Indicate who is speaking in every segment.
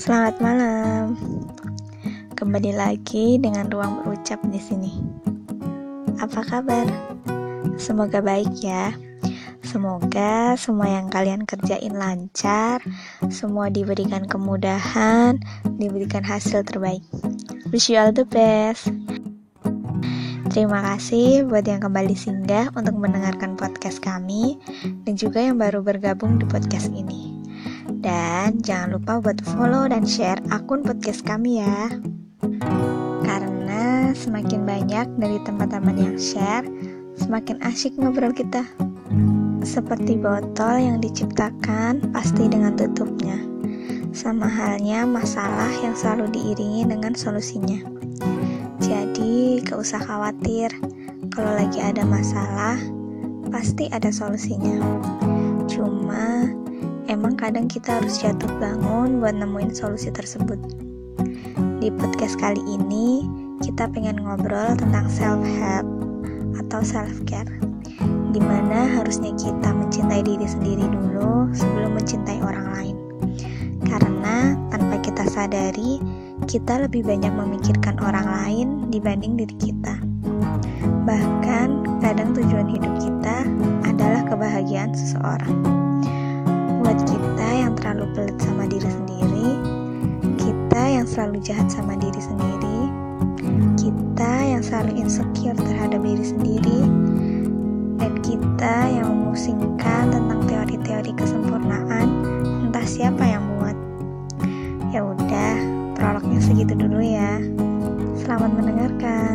Speaker 1: Selamat malam. Kembali lagi dengan ruang berucap di sini. Apa kabar? Semoga baik ya. Semoga semua yang kalian kerjain lancar, semua diberikan kemudahan, diberikan hasil terbaik. Wish you all the best. Terima kasih buat yang kembali singgah untuk mendengarkan podcast kami dan juga yang baru bergabung di podcast ini. Dan jangan lupa buat follow dan share akun podcast kami ya. Karena semakin banyak dari teman-teman yang share, semakin asyik ngobrol kita. Seperti botol yang diciptakan pasti dengan tutupnya. Sama halnya masalah yang selalu diiringi dengan solusinya. Jadi gak usah khawatir, kalau lagi ada masalah, pasti ada solusinya. Cuma emang kadang kita harus jatuh bangun buat nemuin solusi tersebut. Di podcast kali ini, kita pengen ngobrol tentang self-help atau self-care. Gimana harusnya kita mencintai diri sendiri dulu sebelum mencintai orang lain. Karena tanpa kita sadari, kita lebih banyak memikirkan orang lain dibanding diri kita. Bahkan, kadang tujuan hidup kita adalah kebahagiaan seseorang. Buat kita yang terlalu pelit sama diri sendiri, kita yang selalu jahat sama diri sendiri, kita yang selalu insecure terhadap diri sendiri, dan kita yang memusingkan tentang teori-teori kesempurnaan, entah siapa yang buat. Ya udah, prolognya segitu dulu ya. Selamat mendengarkan.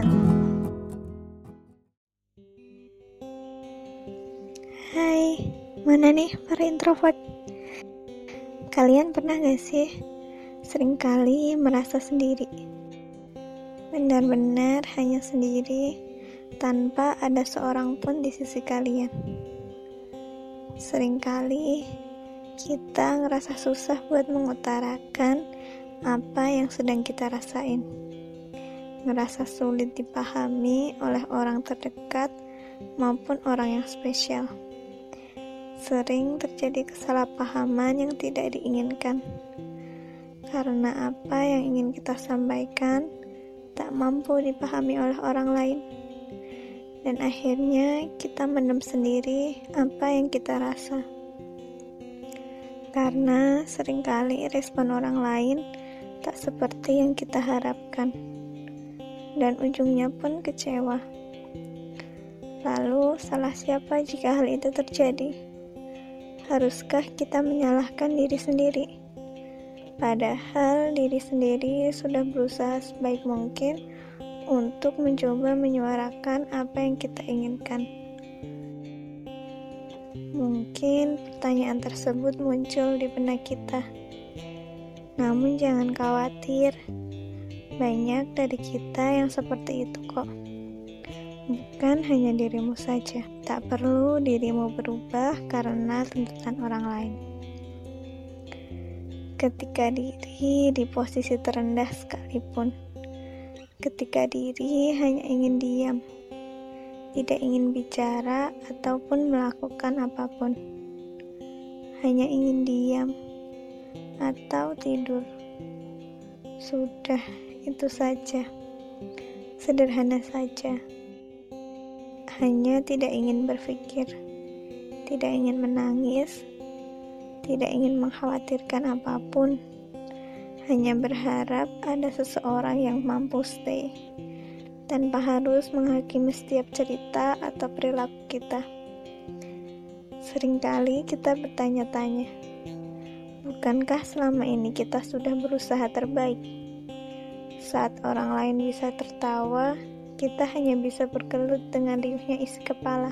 Speaker 1: Hai, mana nih para introvert? Kalian pernah gak sih seringkali merasa sendiri? Benar-benar hanya sendiri tanpa ada seorang pun di sisi kalian. Seringkali kita ngerasa susah buat mengutarakan apa yang sedang kita rasain. Ngerasa sulit dipahami oleh orang terdekat maupun orang yang spesial. Sering terjadi kesalahpahaman yang tidak diinginkan, karena apa yang ingin kita sampaikan tak mampu dipahami oleh orang lain, dan akhirnya kita mendem sendiri apa yang kita rasa. Karena seringkali respon orang lain tak seperti yang kita harapkan, dan ujungnya pun kecewa. Lalu salah siapa jika hal itu terjadi? Haruskah kita menyalahkan diri sendiri? Padahal diri sendiri sudah berusaha sebaik mungkin untuk mencoba menyuarakan apa yang kita inginkan. Mungkin pertanyaan tersebut muncul di benak kita. Namun jangan khawatir, banyak dari kita yang seperti itu kok. Bukan hanya dirimu saja. Tak perlu dirimu berubah karena tuntutan orang lain. Ketika diri di posisi terendah sekalipun, ketika diri hanya ingin diam, tidak ingin bicara ataupun melakukan apapun, hanya ingin diam atau tidur. Sudah, itu saja. Sederhana saja. Hanya tidak ingin berpikir, tidak ingin menangis, tidak ingin mengkhawatirkan apapun, hanya berharap ada seseorang yang mampu stay, tanpa harus menghakimi setiap cerita atau perilaku kita. Seringkali kita bertanya-tanya, bukankah selama ini kita sudah berusaha terbaik? Saat orang lain bisa tertawa, kita hanya bisa bergelut dengan riuhnya isi kepala.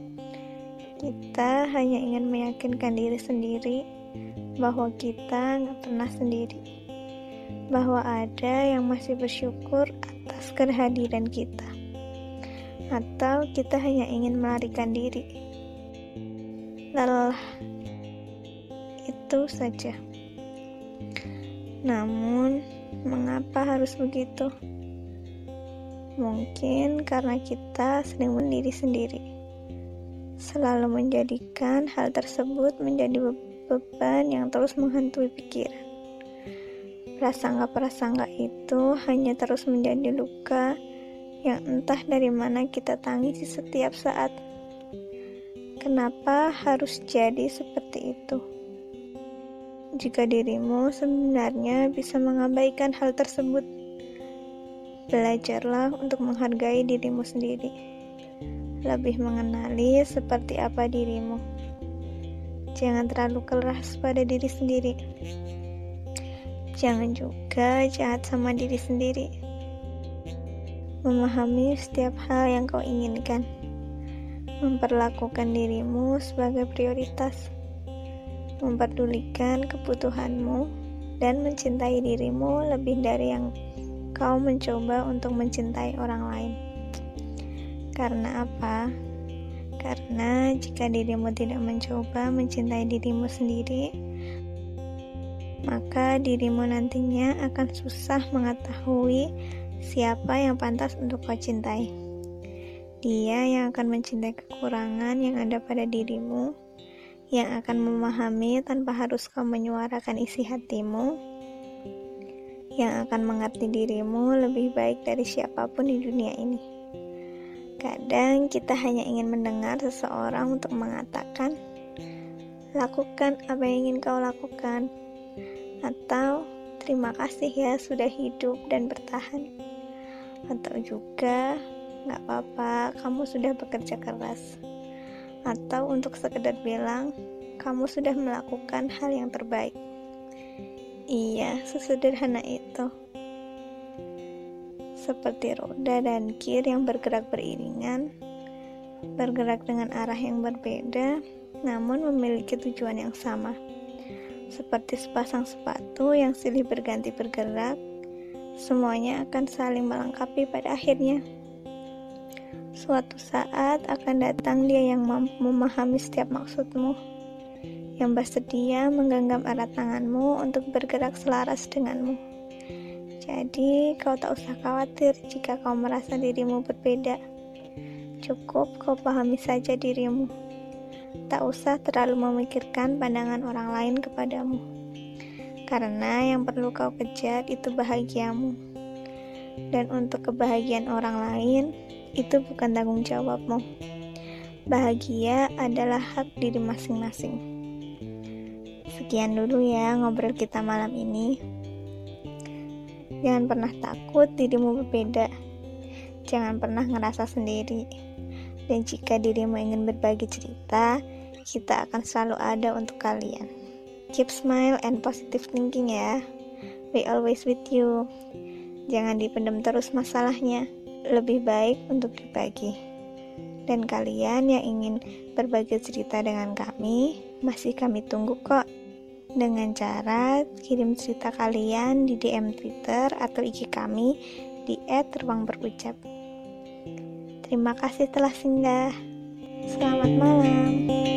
Speaker 1: Kita hanya ingin meyakinkan diri sendiri bahwa kita gak pernah sendiri, bahwa ada yang masih bersyukur atas kehadiran kita, atau kita hanya ingin melarikan diri. Lelah, itu saja. Namun, mengapa harus begitu? Mungkin karena kita sering mendiri sendiri, selalu menjadikan hal tersebut menjadi beban yang terus menghantui pikiran. Prasangka-prasangka itu hanya terus menjadi luka yang entah dari mana kita tangisi setiap saat. Kenapa harus jadi seperti itu? Jika dirimu sebenarnya bisa mengabaikan hal tersebut, belajarlah untuk menghargai dirimu sendiri, lebih mengenali seperti apa dirimu. Jangan terlalu keras pada diri sendiri. Jangan juga jahat sama diri sendiri. Memahami setiap hal yang kau inginkan. Memperlakukan dirimu sebagai prioritas. Memperdulikan kebutuhanmu dan mencintai dirimu lebih dari yang kau mencoba untuk mencintai orang lain. Karena apa? Karena jika dirimu tidak mencoba mencintai dirimu sendiri, maka dirimu nantinya akan susah mengetahui siapa yang pantas untuk kau cintai. Dia yang akan mencintai kekurangan yang ada pada dirimu, yang akan memahami tanpa harus kau menyuarakan isi hatimu, yang akan mengerti dirimu lebih baik dari siapapun di dunia ini. Kadang kita hanya ingin mendengar seseorang untuk mengatakan, lakukan apa yang ingin kau lakukan, atau terima kasih ya sudah hidup dan bertahan, atau juga gak apa-apa kamu sudah bekerja keras, atau untuk sekedar bilang kamu sudah melakukan hal yang terbaik. Iya, sesederhana itu. Seperti roda dan kir yang bergerak beriringan, bergerak dengan arah yang berbeda, namun memiliki tujuan yang sama. Seperti sepasang sepatu yang silih berganti bergerak, semuanya akan saling melengkapi pada akhirnya. Suatu saat akan datang dia yang mampu memahami setiap maksudmu, yang bersedia menggenggam erat tanganmu untuk bergerak selaras denganmu. Jadi, kau tak usah khawatir jika kau merasa dirimu berbeda. Cukup kau pahami saja dirimu. Tak usah terlalu memikirkan pandangan orang lain kepadamu. Karena yang perlu kau kejar itu bahagiamu. Dan untuk kebahagiaan orang lain, itu bukan tanggung jawabmu. Bahagia adalah hak diri masing-masing. Sekian dulu ya ngobrol kita malam ini. Jangan pernah takut dirimu berbeda. Jangan pernah ngerasa sendiri. Dan jika dirimu ingin berbagi cerita, kita akan selalu ada untuk kalian. Keep smile and positive thinking ya. We always with you. Jangan dipendam terus masalahnya. Lebih baik untuk dibagi. Dan kalian yang ingin berbagi cerita dengan kami, masih kami tunggu kok. Dengan cara kirim cerita kalian di DM Twitter atau IG kami di @ruangberucap. Terima kasih telah singgah. Selamat malam.